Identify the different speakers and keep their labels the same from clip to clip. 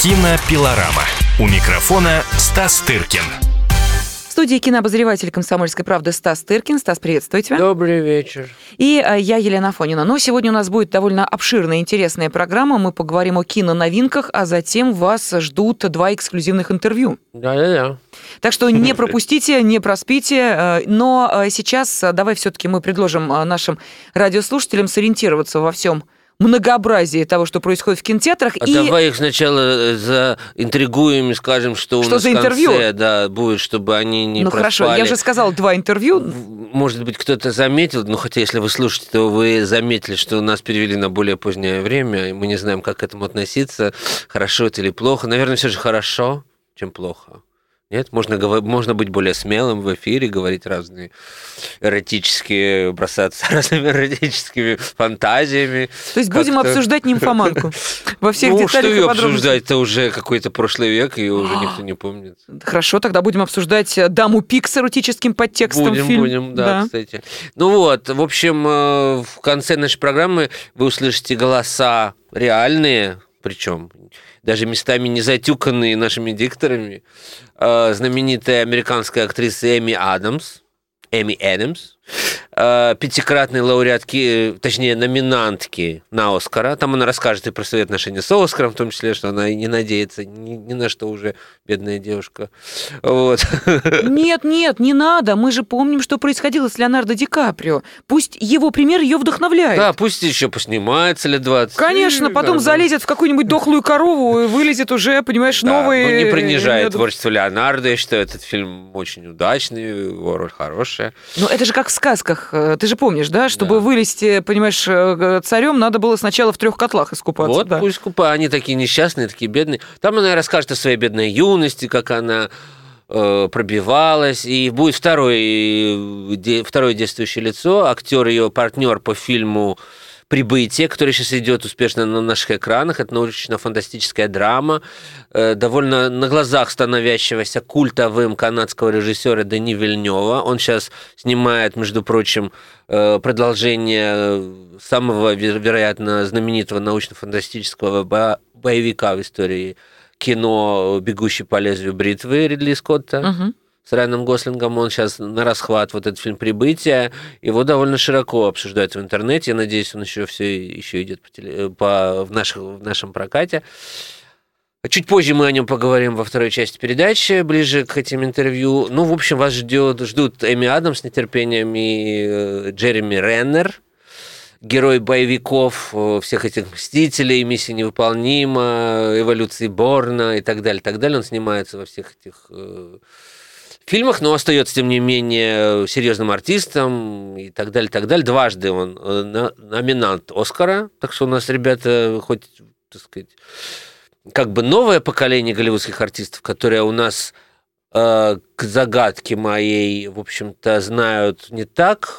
Speaker 1: Кинопилорама. У микрофона Стас Тыркин.
Speaker 2: В студии кинообозреватель «Комсомольской правды» Стас Тыркин. Стас, приветствую тебя.
Speaker 3: Добрый вечер.
Speaker 2: И я, Елена Афонина. Но сегодня у нас будет довольно обширная и интересная программа. Мы поговорим о киноновинках, а затем вас ждут 2 эксклюзивных интервью.
Speaker 3: Да-да-да.
Speaker 2: Так что не пропустите, не проспите. Но сейчас давай все-таки мы предложим нашим радиослушателям сориентироваться во всем многообразие того, что происходит в кинотеатрах.
Speaker 3: Давай их сначала заинтригуем и скажем, что у нас
Speaker 2: за
Speaker 3: в
Speaker 2: интервью?
Speaker 3: конце будет, чтобы они не проспали.
Speaker 2: Хорошо, я же сказала 2 интервью.
Speaker 3: Может быть, кто-то заметил, хотя если вы слушаете, то вы заметили, что нас перевели на более позднее время, и мы не знаем, как к этому относиться, хорошо это или плохо. Наверное, все же хорошо, чем плохо. Нет, можно быть более смелым в эфире, говорить разные эротические, бросаться разными эротическими фантазиями.
Speaker 2: То есть будем обсуждать нимфоманку во всех деталях
Speaker 3: что
Speaker 2: и
Speaker 3: ее
Speaker 2: подробностях.
Speaker 3: обсуждать, это уже какой-то прошлый век, и уже никто не помнит.
Speaker 2: Хорошо, тогда будем обсуждать «Даму Пик» с эротическим подтекстом.
Speaker 3: Будем, кстати. В общем, в конце нашей программы вы услышите голоса реальные, причем даже местами не затюканные нашими дикторами, знаменитая американская актриса Эми Адамс, 5-кратной лауреатки, точнее, номинантки на Оскара. Там она расскажет и про свои отношения с Оскаром, в том числе, что она не надеется ни на что уже, бедная девушка. Вот.
Speaker 2: Нет, не надо. Мы же помним, что происходило с Леонардо Ди Каприо. Пусть его пример ее вдохновляет.
Speaker 3: Да, пусть еще поснимается лет 20.
Speaker 2: Конечно, потом залезет в какую-нибудь дохлую корову и вылезет уже, понимаешь, новые...
Speaker 3: не принижает творчество Леонардо. Я считаю, этот фильм очень удачный, его роль хорошая.
Speaker 2: Но это же как в сказках. Ты же помнишь, да? Чтобы вылезти, понимаешь, царем, надо было сначала в 3 котлах искупаться.
Speaker 3: Вот, пусть купают. Они такие несчастные, такие бедные. Там она расскажет о своей бедной юности, как она пробивалась. И будет второе действующее лицо, актер ее партнер по фильму «Прибытие», который сейчас идет успешно на наших экранах. Это научно-фантастическая драма, довольно на глазах становящегося культовым канадского режиссера Дени Вильнёва. Он сейчас снимает, между прочим, продолжение самого, вероятно, знаменитого научно-фантастического боевика в истории кино «Бегущий по лезвию бритвы» Ридли Скотта. С Райаном Гослингом. Он сейчас на расхват, этот фильм «Прибытие». Его довольно широко обсуждают в интернете. Я надеюсь, он еще идет в нашем прокате. Чуть позже мы о нем поговорим во второй части передачи, ближе к этим интервью. В общем, вас ждут Эми Адамс с нетерпением и Джереми Реннер, герой боевиков, всех этих «Мстителей», «Миссия невыполнима», «Эволюции Борна» и так далее, так далее. Он снимается во всех этих фильмах, но остается, тем не менее, серьезным артистом и так далее, так далее. Дважды он номинант Оскара, так что у нас, ребята, хоть, так сказать, как бы новое поколение голливудских артистов, которые у нас к загадке моей, в общем-то, знают не так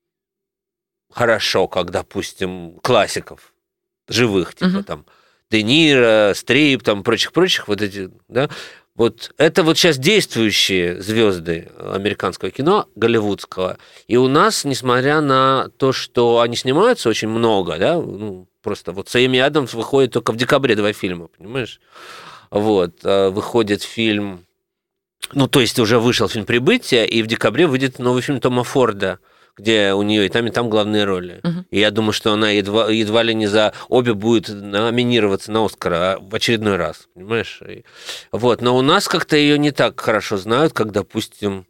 Speaker 3: хорошо, как, допустим, классиков живых, типа там Де Ниро, Стрип, там прочих, вот эти, да. Вот это сейчас действующие звезды американского кино, голливудского. И у нас, несмотря на то, что они снимаются очень много, да, просто с Эми Адамс выходит только в декабре 2 фильма, понимаешь? Выходит фильм, то есть уже вышел фильм «Прибытие», и в декабре выйдет новый фильм Тома Форда, где у нее и там главные роли. И я думаю, что она едва ли не за обе будет номинироваться на Оскара в очередной раз, понимаешь? Но у нас как-то ее не так хорошо знают, как, допустим,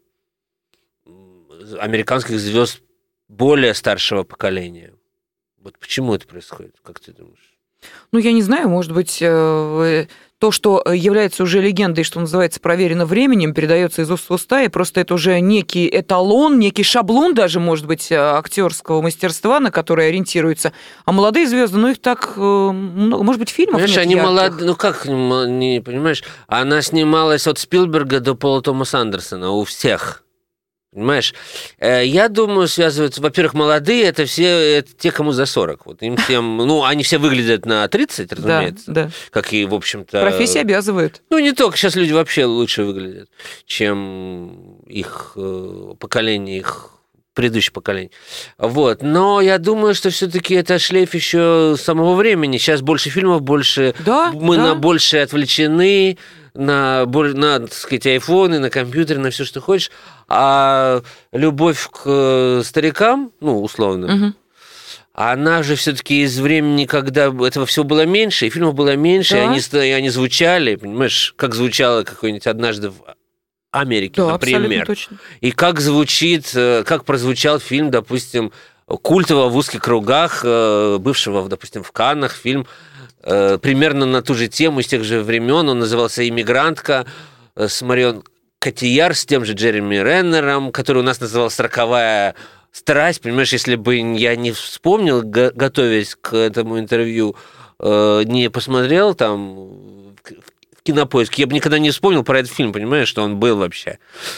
Speaker 3: американских звезд более старшего поколения. Почему это происходит, как ты думаешь?
Speaker 2: Я не знаю, может быть, то, что является уже легендой, что называется, проверено временем, передается из уст в уста, и просто это уже некий эталон, некий шаблон даже, может быть, актерского мастерства, на который ориентируется. А молодые звезды, их так много, может быть, фильмов
Speaker 3: понимаешь,
Speaker 2: нет
Speaker 3: они
Speaker 2: ярких.
Speaker 3: молодые, как, не понимаешь, она снималась от Спилберга до Пола Томаса Андерсона у всех. Понимаешь? Я думаю, связываются, во-первых, молодые, это те, кому за 40. Им всем, они все выглядят на 30, разумеется.
Speaker 2: Да.
Speaker 3: Как и, в общем-то...
Speaker 2: Профессия обязывает.
Speaker 3: Не только. Сейчас люди вообще лучше выглядят, чем их поколение их предыдущее поколение. Вот. Но я думаю, что все-таки это шлейф еще самого времени. Сейчас больше фильмов, больше мы на больше отвлечены, на, так сказать, айфоны, на компьютеры, на все, что хочешь. А любовь к старикам, ну, условно, она же все-таки из времени, когда этого всего было меньше, и фильмов было меньше, и они звучали, понимаешь, как звучало какой-нибудь «Однажды в Америке», например. Точно. И как прозвучал фильм, допустим, культового в узких кругах, бывшего, допустим, в Каннах, фильм примерно на ту же тему из тех же времен. Он назывался «Иммигрантка» с Марион Котийяр, с тем же Джереми Реннером, который у нас назывался «Роковая страсть». Понимаешь, если бы я не вспомнил, готовясь к этому интервью, не посмотрел там в Кинопоиске, я бы никогда не вспомнил про этот фильм, понимаешь, что он был вообще.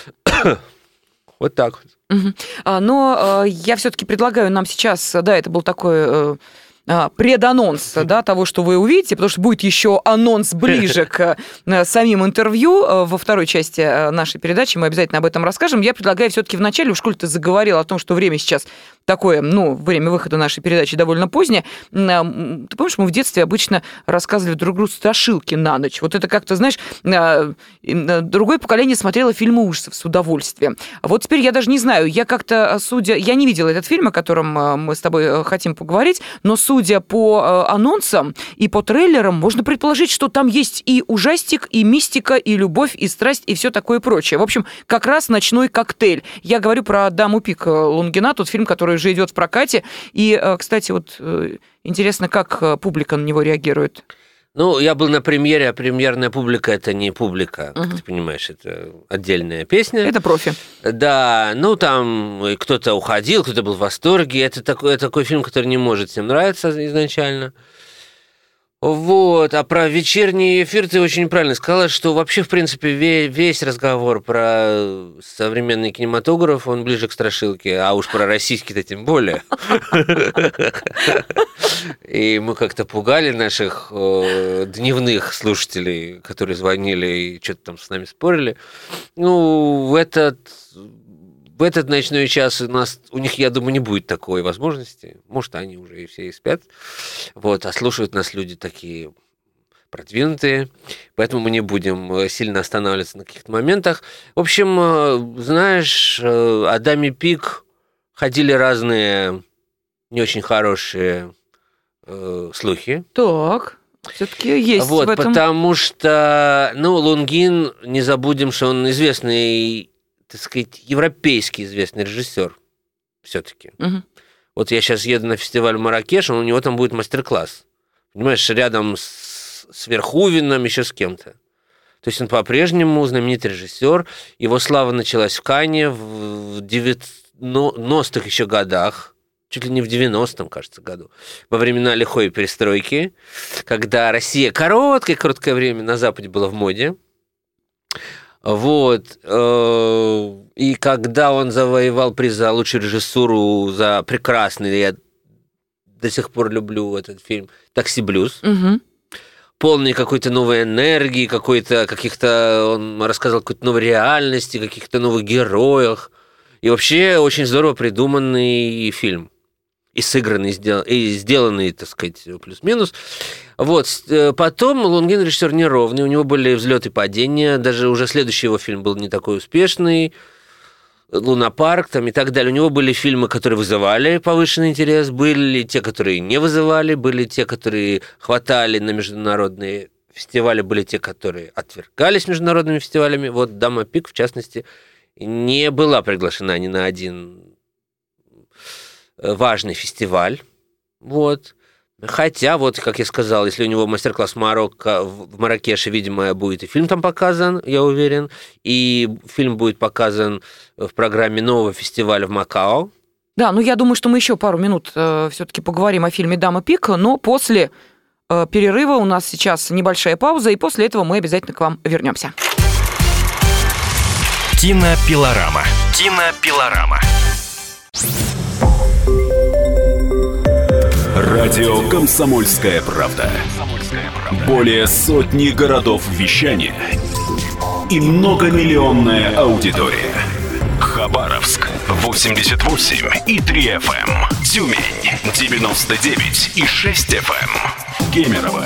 Speaker 3: Вот так вот.
Speaker 2: Но я все-таки предлагаю нам сейчас, да, это был такой преданонс, да, того, что вы увидите, потому что будет еще анонс ближе к самим интервью во второй части нашей передачи, мы обязательно об этом расскажем. Я предлагаю все-таки вначале, уж коль ты заговорил о том, что время сейчас такое, ну, время выхода нашей передачи довольно позднее. Ты помнишь, мы в детстве обычно рассказывали друг другу страшилки на ночь. Вот это как-то, знаешь, другое поколение смотрело фильмы ужасов с удовольствием. Вот теперь я даже не знаю, я как-то, я не видела этот фильм, о котором мы с тобой хотим поговорить, но судя по анонсам и по трейлерам, можно предположить, что там есть и ужастик, и мистика, и любовь, и страсть, и все такое прочее. В общем, как раз ночной коктейль. Я говорю про «Даму Пик» Лунгина, тот фильм, который уже идет в прокате. И, кстати, вот интересно, как публика на него реагирует.
Speaker 3: Ну, я был на премьере, а премьерная публика – это не публика, как ты понимаешь, это отдельная песня.
Speaker 2: Это профи.
Speaker 3: Да, ну, там кто-то уходил, кто-то был в восторге. Это такой фильм, который не может всем нравиться изначально. Вот, а про вечерний эфир ты очень правильно сказала, что вообще, в принципе, весь разговор про современный кинематограф, он ближе к страшилке, а уж про российский-то тем более. И мы как-то пугали наших дневных слушателей, которые звонили и что-то там с нами спорили. Ну, в этот ночной час у них, я думаю, не будет такой возможности. Может, они уже и все и спят. Вот, а слушают нас люди такие продвинутые, поэтому мы не будем сильно останавливаться на каких-то моментах. В общем, знаешь, о «Даме Пик» ходили разные не очень хорошие слухи.
Speaker 2: Так, все-таки есть
Speaker 3: вот,
Speaker 2: в этом.
Speaker 3: Потому что, Лунгин, не забудем, что он известный, так сказать, европейский известный режиссер все-таки. Вот я сейчас еду на фестиваль в Марракеш, у него там будет мастер-класс. Понимаешь, рядом с Верховеном, еще с кем-то. То есть он по-прежнему знаменитый режиссер. Его слава началась в Канне в 90-х еще годах, чуть ли не в 90-м, кажется, году, во времена лихой перестройки, когда Россия короткое время на Западе была в моде. Вот. И когда он завоевал приз за лучшую режиссуру, за прекрасный, я до сих пор люблю этот фильм, «Такси Блюз», полный какой-то новой энергии, он рассказывал о какой-то новой реальности, каких-то новых героях. И вообще очень здорово придуманный фильм. И сыгранный, и сделанный, так сказать, плюс-минус. Вот. Потом Лунгин режиссер неровный, у него были взлеты и падения, даже уже следующий его фильм был не такой успешный, «Лунапарк» там, и так далее. У него были фильмы, которые вызывали повышенный интерес, были те, которые не вызывали, были те, которые хватали на международные фестивали, были те, которые отвергались международными фестивалями. Вот «Дама Пик», в частности, не была приглашена ни на один важный фестиваль. Вот. Хотя, вот, как я сказал, если у него мастер-класс в Марракеше, видимо, будет и фильм там показан, я уверен, и фильм будет показан в программе нового фестиваля в Макао.
Speaker 2: Да, я думаю, что мы еще пару минут все-таки поговорим о фильме «Дама Пик», но после перерыва у нас сейчас небольшая пауза, и после этого мы обязательно к вам вернемся.
Speaker 1: Кинопилорама. Кинопилорама.
Speaker 4: Радио «Комсомольская правда». Более сотни городов вещания и многомиллионная аудитория. Хабаровск. 88,3 FM. Тюмень 99,6 FM. Кемерово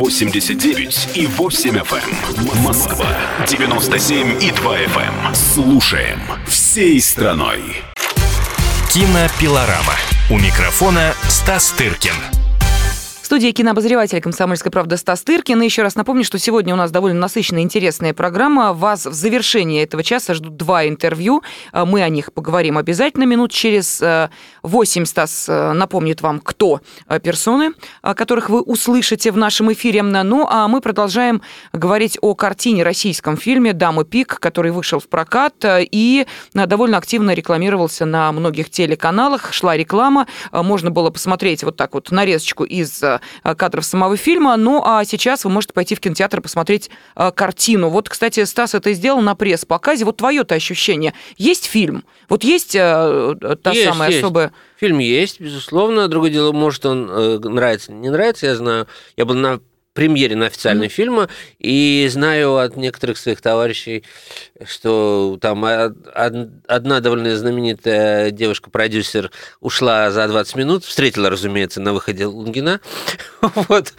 Speaker 4: 89,8 FM. Москва 97,2 FM. Слушаем всей страной.
Speaker 1: Кинопилорама. У микрофона Стас Тыркин.
Speaker 2: В студии кинообозреватель «Комсомольской правды» Стас Тыркин. И еще раз напомню, что сегодня у нас довольно насыщенная, интересная программа. Вас в завершении этого часа ждут 2 интервью. Мы о них поговорим обязательно. Минут через 8 Стас напомнит вам, кто персоны, которых вы услышите в нашем эфире. Ну, а мы продолжаем говорить о картине, российском фильме «Дама Пик», который вышел в прокат и довольно активно рекламировался на многих телеканалах. Шла реклама. Можно было посмотреть вот так вот нарезочку из кадров самого фильма. Ну, а сейчас вы можете пойти в кинотеатр и посмотреть картину. Вот, кстати, Стас это сделал на пресс-показе. Вот твое-то ощущение. Есть фильм? Вот есть самая особая...
Speaker 3: Фильм есть, безусловно. Другое дело, может, он нравится, не нравится, я знаю. Я был на премьере на официальной фильма, и знаю от некоторых своих товарищей, что там одна довольно знаменитая девушка-продюсер ушла за 20 минут, встретила, разумеется, на выходе Лунгина. Вот.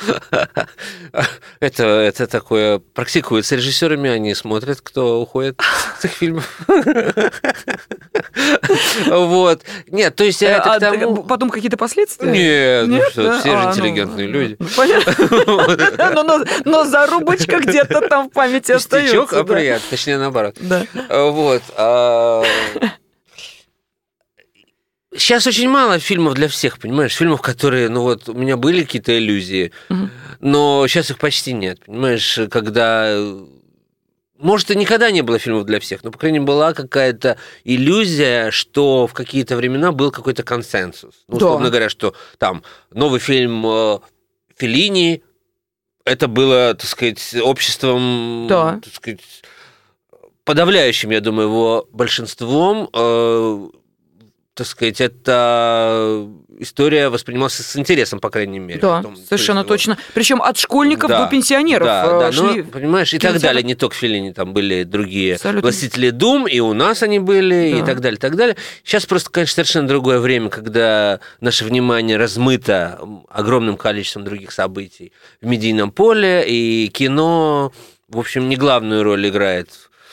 Speaker 3: Это такое практикуют с режиссерами, они смотрят, кто уходит с их фильмов. Вот. Нет, то есть это к тому...
Speaker 2: Потом какие-то последствия?
Speaker 3: Нет, ну что, все же интеллигентные люди.
Speaker 2: Понятно. Но зарубочка где-то там в памяти остается.
Speaker 3: Пустячок, а приятно, точнее наоборот.
Speaker 2: Да.
Speaker 3: Вот. Сейчас очень мало фильмов для всех, понимаешь? Фильмов, которые, ну вот, у меня были какие-то иллюзии, но сейчас их почти нет, понимаешь? Когда... Может, и никогда не было фильмов для всех, но, по крайней мере, была какая-то иллюзия, что в какие-то времена был какой-то консенсус. Ну, условно говоря, что там новый фильм Феллини, это было, так сказать, обществом, так сказать, подавляющим, я думаю, его большинством, так сказать, эта история воспринималась с интересом, по крайней мере.
Speaker 2: Да,
Speaker 3: потом,
Speaker 2: совершенно точно. Причем от школьников до пенсионеров шли.
Speaker 3: Ну, понимаешь, и так далее. Не только Феллини, там были другие «Властители Дум», и у нас они были, и так далее, и так далее. Сейчас просто, конечно, совершенно другое время, когда наше внимание размыто огромным количеством других событий в медийном поле, и кино, в общем, не главную роль играет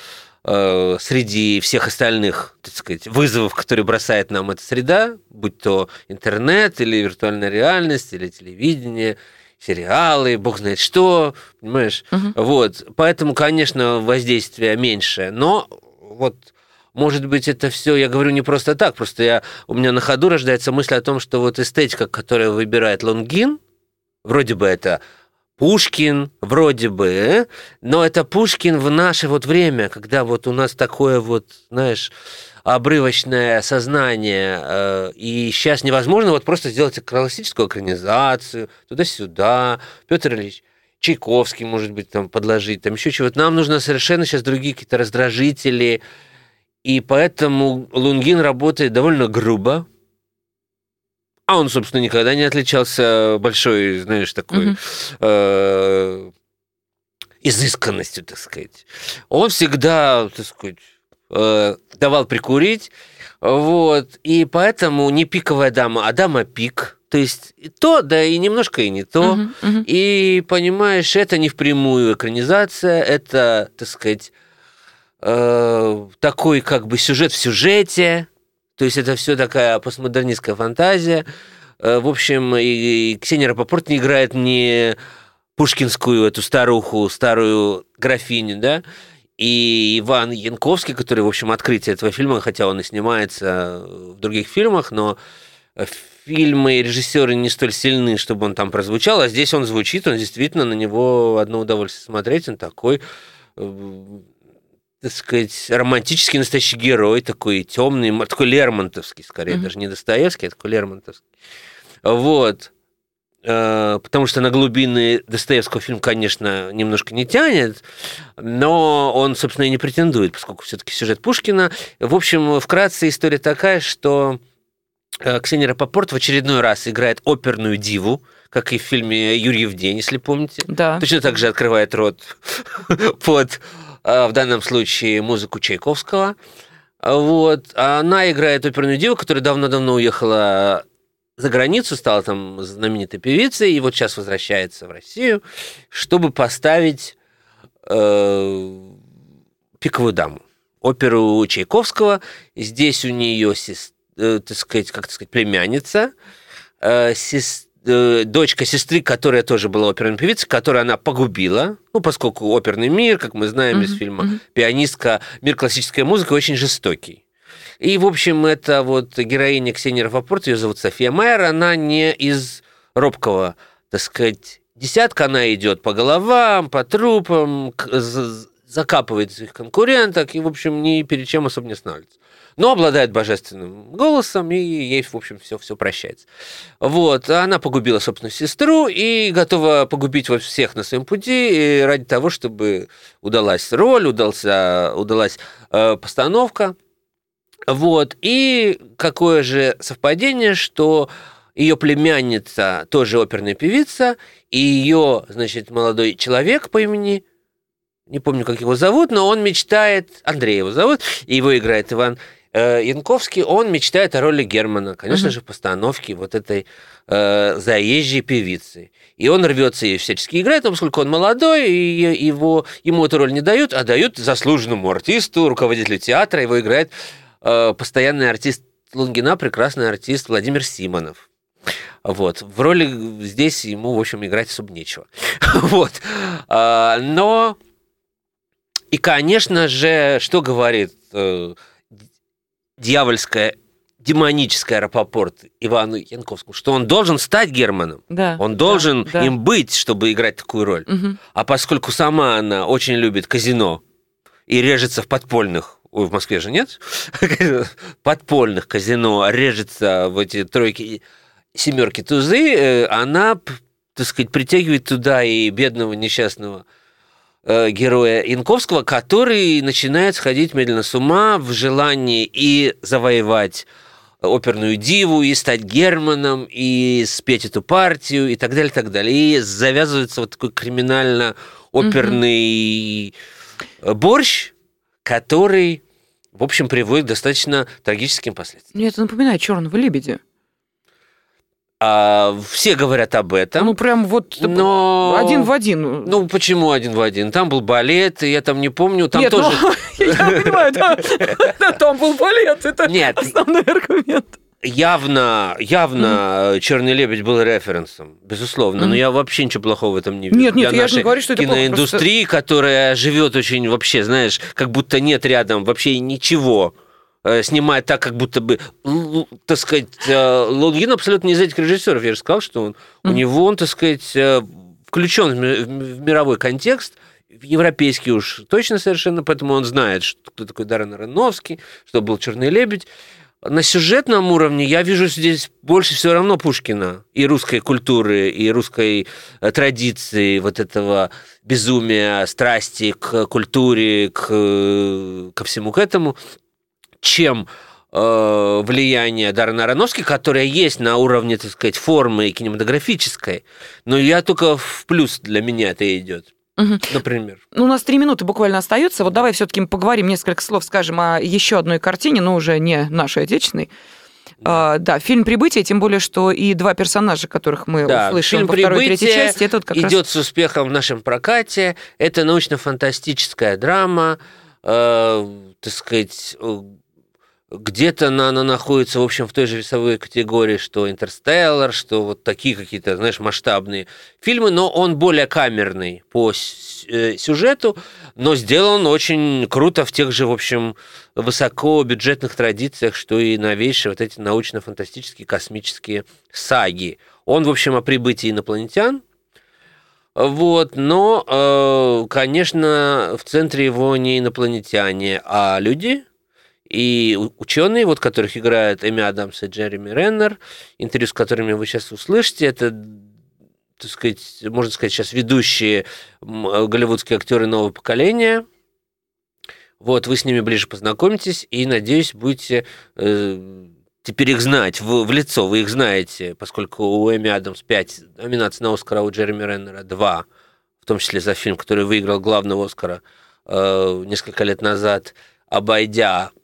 Speaker 3: среди всех остальных, так сказать, вызовов, которые бросает нам эта среда, будь то интернет или виртуальная реальность, или телевидение, сериалы, бог знает что, понимаешь? Вот. Поэтому, конечно, воздействие меньше, но вот, может быть, это все, я говорю не просто так, просто у меня на ходу рождается мысль о том, что вот эстетика, которую выбирает Лунгин, вроде бы это Пушкин, вроде бы, но это Пушкин в наше вот время, когда вот у нас такое вот, знаешь, обрывочное сознание, и сейчас невозможно вот просто сделать классическую экранизацию, туда-сюда, Петр Ильич Чайковский, может быть, там подложить, там еще чего-то. Нам нужно совершенно сейчас другие какие-то раздражители, и поэтому Лунгин работает довольно грубо. А он, собственно, никогда не отличался большой, знаешь, такой изысканностью, так сказать. Он всегда, так сказать, давал прикурить, вот, и поэтому не пиковая дама, а дама пик. То есть и то, да и немножко и не то. И, понимаешь, это не впрямую экранизация, это, так сказать, такой как бы сюжет в сюжете. То есть это все такая постмодернистская фантазия. В общем, и Ксения Рапопорт не играет не пушкинскую эту старуху, старую графиню, да, и Иван Янковский, который, в общем, открытие этого фильма, хотя он и снимается в других фильмах, но фильмы и режиссеры не столь сильны, чтобы он там прозвучал, а здесь он звучит, он действительно, на него одно удовольствие смотреть, он такой... так сказать, романтический настоящий герой, такой темный, такой Лермонтовский, скорее, даже не Достоевский, а такой Лермонтовский. Вот. Потому что на глубины Достоевского фильм, конечно, немножко не тянет, но он, собственно, и не претендует, поскольку все-таки сюжет Пушкина. В общем, вкратце история такая, что Ксения Рапопорт в очередной раз играет оперную диву, как и в фильме «Юрьев день», если помните.
Speaker 2: Да.
Speaker 3: Точно так же открывает рот под... в данном случае музыку Чайковского, Вот. Она играет оперную диву, которая давно-давно уехала за границу, стала там знаменитой певицей, и вот сейчас возвращается в Россию, чтобы поставить «Пиковую даму», оперу Чайковского. Здесь у нее, племянница, дочка сестры, которая тоже была оперной певицей, которую она погубила, поскольку оперный мир, как мы знаем из фильма «Пианистка», мир классической музыки очень жестокий. И, в общем, это вот героиня Ксении Рапопорт, ее зовут София Майер, она не из робкого, десятка, она идет по головам, по трупам, закапывает своих конкуренток и, в общем, ни перед чем особо не останавливается. Но обладает божественным голосом, и ей, в общем, все прощается. Вот. Она погубила собственную сестру и готова погубить всех на своем пути ради того, чтобы удалась роль, удалась постановка. Вот. И какое же совпадение, что ее племянница тоже оперная певица, и ее, молодой человек по имени, не помню, как его зовут, но он мечтает, Андрей его зовут, и его играет Иван Янковский, он мечтает о роли Германа, конечно же, в постановке вот этой заезжей певицы. И он рвется ей всячески играть, но поскольку он молодой, и ему эту роль не дают, а дают заслуженному артисту, руководителю театра, его играет постоянный артист Лунгина, прекрасный артист Владимир Симонов. Вот. В роли здесь ему, в общем, играть особо нечего. Вот. Но... И, конечно же, что говорит дьявольская, демоническая Рапопорт Ивану Янковскому? Что он должен стать Германом. Да, он должен им быть, чтобы играть такую роль. А поскольку сама она очень любит казино и режется в подпольных, в Москве же нет, подпольных казино, режется в эти тройки, семерки, тузы, она, притягивает туда и бедного несчастного героя Янковского, который начинает сходить медленно с ума в желании и завоевать оперную диву, и стать Германом, и спеть эту партию, и так далее, и так далее. И завязывается вот такой криминально-оперный борщ, который, в общем, приводит к достаточно трагическим последствиям.
Speaker 2: Мне это напоминает «Черного лебедя».
Speaker 3: Все говорят об этом.
Speaker 2: Прям но... один в один.
Speaker 3: Почему один в один? Там был балет, и я там не помню, там
Speaker 2: Нет,
Speaker 3: тоже...
Speaker 2: я понимаю, да, там был балет, это основной аргумент.
Speaker 3: Явно «Черный лебедь» был референсом, безусловно, но я вообще ничего плохого в этом не вижу.
Speaker 2: Нет, я же не говорю, что это плохо.
Speaker 3: Киноиндустрии, которая живет очень вообще, знаешь, как будто нет рядом вообще ничего, снимает так, как будто бы, Лунгин абсолютно не из этих режиссеров. Я же сказал, что у него он, включен в мировой контекст, в европейский уж точно совершенно, поэтому он знает, кто такой Даррен Аронофский, что был «Черный лебедь». На сюжетном уровне я вижу здесь больше все равно Пушкина и русской культуры, и русской традиции, вот этого безумия, страсти к культуре, ко всему к этому, чем влияние Даррена Аронофски, которое есть на уровне, формы кинематографической, но я только в плюс для меня это идет. Например.
Speaker 2: У нас 3 минуты буквально остается. Вот давай все-таки поговорим, несколько слов скажем о еще одной картине, но уже не нашей отечественной. Да, фильм «Прибытие», тем более, что и 2 персонажа, которых мы услышим во второй и третьей части, это как
Speaker 3: идет с успехом в нашем прокате. Это научно-фантастическая драма, где-то она находится, в общем, в той же весовой категории, что «Интерстеллар», что вот такие какие-то, знаешь, масштабные фильмы, но он более камерный по сюжету, но сделан очень круто в тех же, в общем, высокобюджетных традициях, что и новейшие вот эти научно-фантастические космические саги. Он, в общем, о прибытии инопланетян, вот, но, конечно, в центре его не инопланетяне, а люди. И ученые, вот, которых играют Эми Адамс и Джереми Реннер, интервью с которыми вы сейчас услышите, это, можно сказать, сейчас ведущие голливудские актеры нового поколения. Вот, вы с ними ближе познакомитесь и, надеюсь, будете теперь их знать в лицо. Вы их знаете, поскольку у Эми Адамс 5 номинаций на Оскар, а у Джереми Реннера 2, в том числе за фильм, который выиграл главного Оскара несколько лет назад, обойдя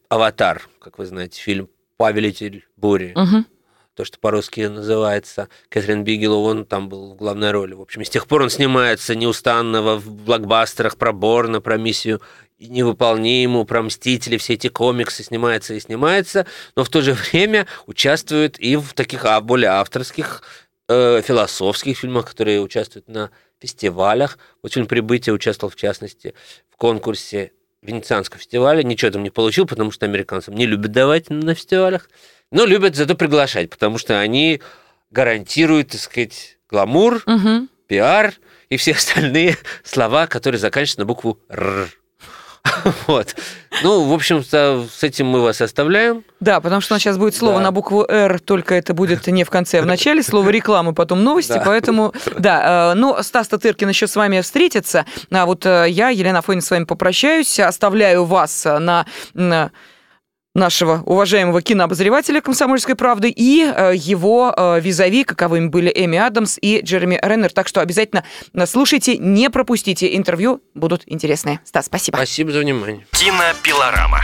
Speaker 3: «Аватар», как вы знаете, фильм «Повелитель бури».
Speaker 2: Угу.
Speaker 3: То, что по-русски называется. Кэтрин Бигелоу, он там был в главной роли. В общем, и с тех пор он снимается неустанно в блокбастерах про Борна, про миссию невыполнимую, про Мстители, все эти комиксы снимается и снимается, но в то же время участвует и в таких более авторских, философских фильмах, которые участвуют на фестивалях. Вот фильм «Прибытие» участвовал, в частности, в конкурсе Венецианского фестиваля. Ничего там не получил, потому что американцам не любят давать на фестивалях, но любят зато приглашать, потому что они гарантируют, так сказать, гламур, пиар и все остальные слова, которые заканчиваются на букву «Р». Вот. Ну, в общем-то, с этим мы вас оставляем.
Speaker 2: Да, потому что у нас сейчас будет слово на букву «Р», только это будет не в конце, а в начале. Слово «реклама», потом новости, поэтому, да. Ну, Стас Татыркин еще с вами встретится. А вот я, Елена Афонина, с вами попрощаюсь. Оставляю вас на нашего уважаемого кинообозревателя «Комсомольской правды» и его визави, каковыми были Эми Адамс и Джереми Реннер. Так что обязательно слушайте, не пропустите интервью, будут интересные. Стас, спасибо.
Speaker 3: Спасибо за внимание.
Speaker 1: Кинопилорама.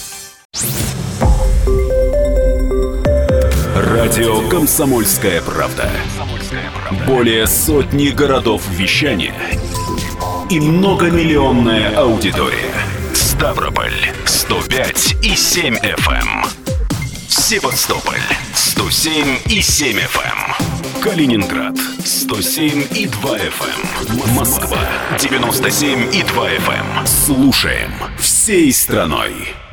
Speaker 4: Радио «Комсомольская правда». Более сотни городов вещания и многомиллионная аудитория. Ставрополь 105,7 FM. Севастополь 107,7 FM. Калининград 107,2 FM. Москва 97,2 FM. Слушаем всей страной.